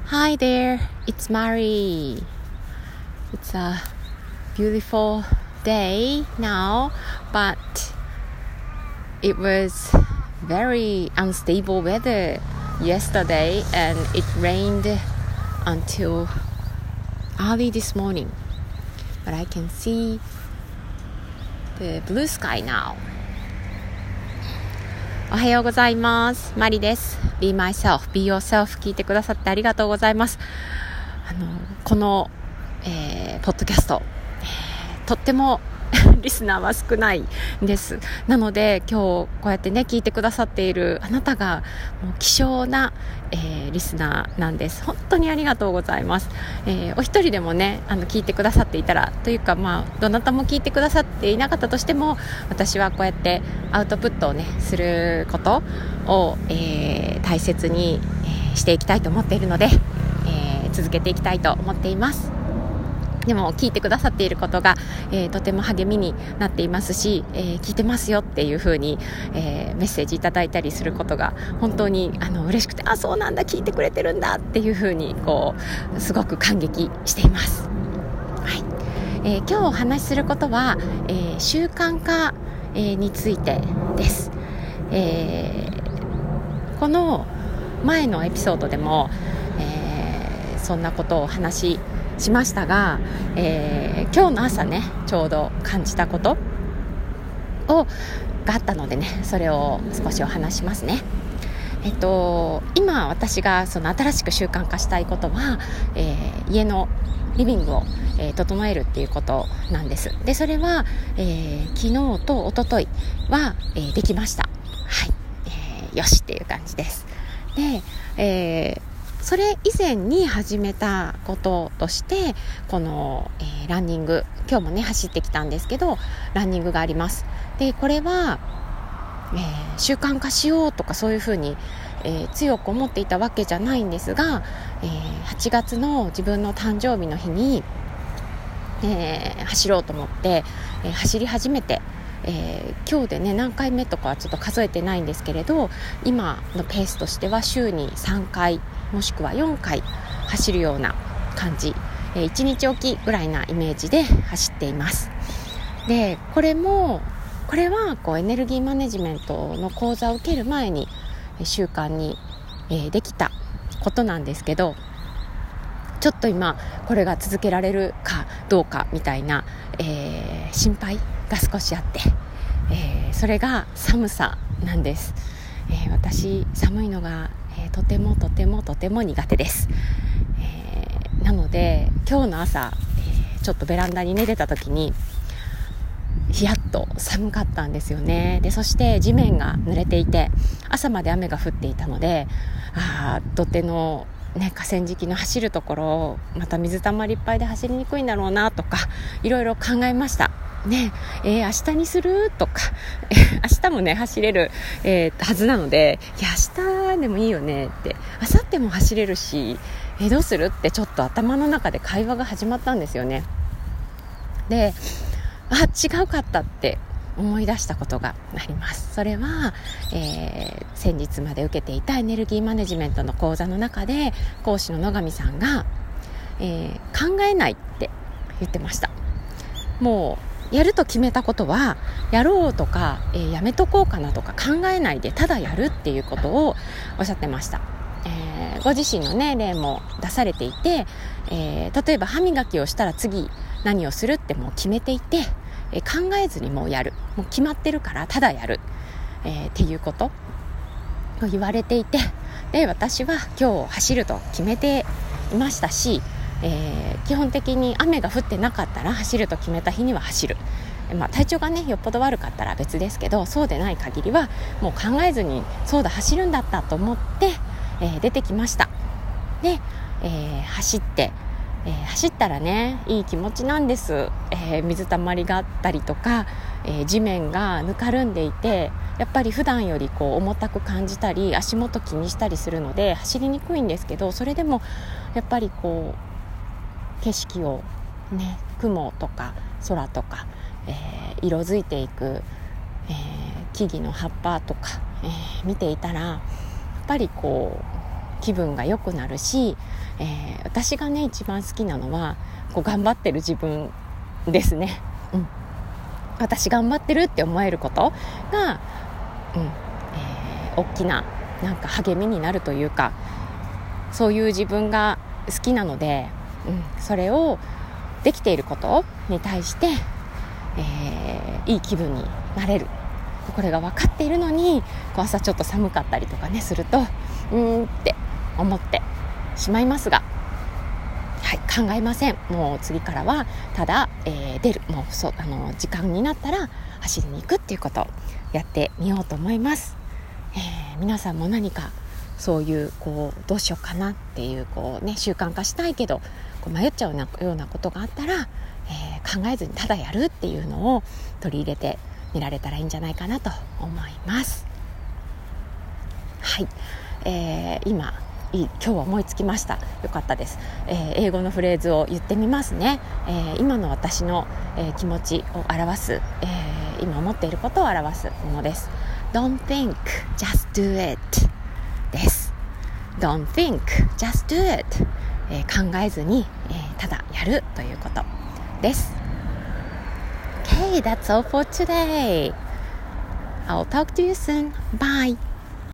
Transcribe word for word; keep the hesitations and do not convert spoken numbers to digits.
Hi there, it's Mari. It's a beautiful day now, but it was very unstable weather yesterday and it rained until early this morning. But I can see the blue sky now. おはようございます。マリです。Be myself, be yourself 聞いてくださってありがとうございます。あのこの、えー、ポッドキャスト、えー、とってもリスナーは少ないんです。なので今日こうやってね聞いてくださっているあなたがもう希少な、えー、リスナーなんです。本当にありがとうございます。えー、お一人でもねあの聞いてくださっていたらというかまあどなたも聞いてくださっていなかったとしても私はこうやってアウトプットをねすることを、えー、大切に、えー、していきたいと思っているので、えー、続けていきたいと思っています。でも聞いてくださっていることが、えー、とても励みになっていますし、えー、聞いてますよっていう風に、えー、メッセージいただいたりすることが本当にあの嬉しくて、あ、そうなんだ、聞いてくれてるんだっていう風にこうすごく感激しています。はい。えー、今日お話しすることは、えー、習慣化、えー、についてです。えー、この前のエピソードでも、えー、そんなことをお話ししましたが、えー、今日の朝ねちょうど感じたことをがあったのでねそれを少しお話しますね。えっと今私がその新しく習慣化したいことは、えー、家のリビングを、えー、整えるっていうことなんです。でそれは、えー、昨日と一昨日は、えー、できました。はい、えー、よしっていう感じです。で、えーそれ以前に始めたこととしてこの、えー、ランニング今日もね走ってきたんですけどランニングがあります。でこれは、えー、習慣化しようとかそういうふうに、えー、強く思っていたわけじゃないんですが、えー、はちがつの自分の誕生日の日に、えー、走ろうと思って、えー、走り始めてえー、今日でね何回目とかはちょっと数えてないんですけれど今のペースとしては週にさんかいもしくはよんかい走るような感じ、えー、いちにちおきぐらいなイメージで走っています。でこれもこれはこうエネルギーマネジメントの講座を受ける前に習慣に、えー、できたことなんですけどちょっと今これが続けられるかどうかみたいな、えー、心配が少しあって、えー、それが寒さなんです。えー、私寒いのが、えー、とてもとてもとても苦手です。えー、なので今日の朝、えー、ちょっとベランダに寝てた時にヒヤッと寒かったんですよね。でそして地面が濡れていて朝まで雨が降っていたのであ土手のね、河川敷の走るところまた水たまりいっぱいで走りにくいんだろうなとかいろいろ考えましたね。えー、明日にするとか明日もね走れる、えー、はずなのでいや明日でもいいよねって明後日も走れるし、えー、どうするってちょっと頭の中で会話が始まったんですよね。であ違うかったって思い出したことがあります。それは、えー、先日まで受けていたエネルギーマネジメントの講座の中で講師の野上さんが、えー、考えないって言ってました。もうやると決めたことはやろうとか、えー、やめとこうかなとか考えないでただやるっていうことをおっしゃってました。えー、ご自身の、ね、例も出されていて、えー、例えば歯磨きをしたら次何をするってもう決めていてえ考えずにもうやるもう決まってるからただやる、えー、っていうことを言われていてで私は今日走ると決めていましたし、えー、基本的に雨が降ってなかったら走ると決めた日には走る、えまあ、体調がねよっぽど悪かったら別ですけどそうでない限りはもう考えずにそうだ走るんだったと思って、えー、出てきました。で、えー、走ってえー、走ったらねいい気持ちなんです。えー、水たまりがあったりとか、えー、地面がぬかるんでいてやっぱり普段よりこう重たく感じたり足元気にしたりするので走りにくいんですけどそれでもやっぱりこう景色をね雲とか空とか、えー、色づいていく、えー、木々の葉っぱとか、えー、見ていたらやっぱりこう気分が良くなるし、えー、私がね一番好きなのはこう頑張ってる自分ですね、うん、私頑張ってるって思えることが、うんえー、大きななんか励みになるというか、そういう自分が好きなので、うん、それをできていることに対して、えー、いい気分になれる。これが分かっているのにこう朝ちょっと寒かったりとかねするとうーんって思ってしまいますが、はい、考えません。もう次からはただ、えー、出るもうそうあの時間になったら走りに行くっていうことをやってみようと思います。えー、皆さんも何かそういうこうどうしようかなっていうこう、ね、習慣化したいけどこう迷っちゃうようなことがあったら、えー、考えずにただやるっていうのを取り入れてみられたらいいんじゃないかなと思います。はい、えー、今い今日は思いつきました。よかったです、えー、英語のフレーズを言ってみますね、えー、今の私の、えー、気持ちを表す、えー、今思っていることを表すものです。 Don't think, just do it です。 Don't think, just do it、えー、考えずに、えー、ただやるということです。 Okay, that's all for today. I'll talk to you soon. Bye.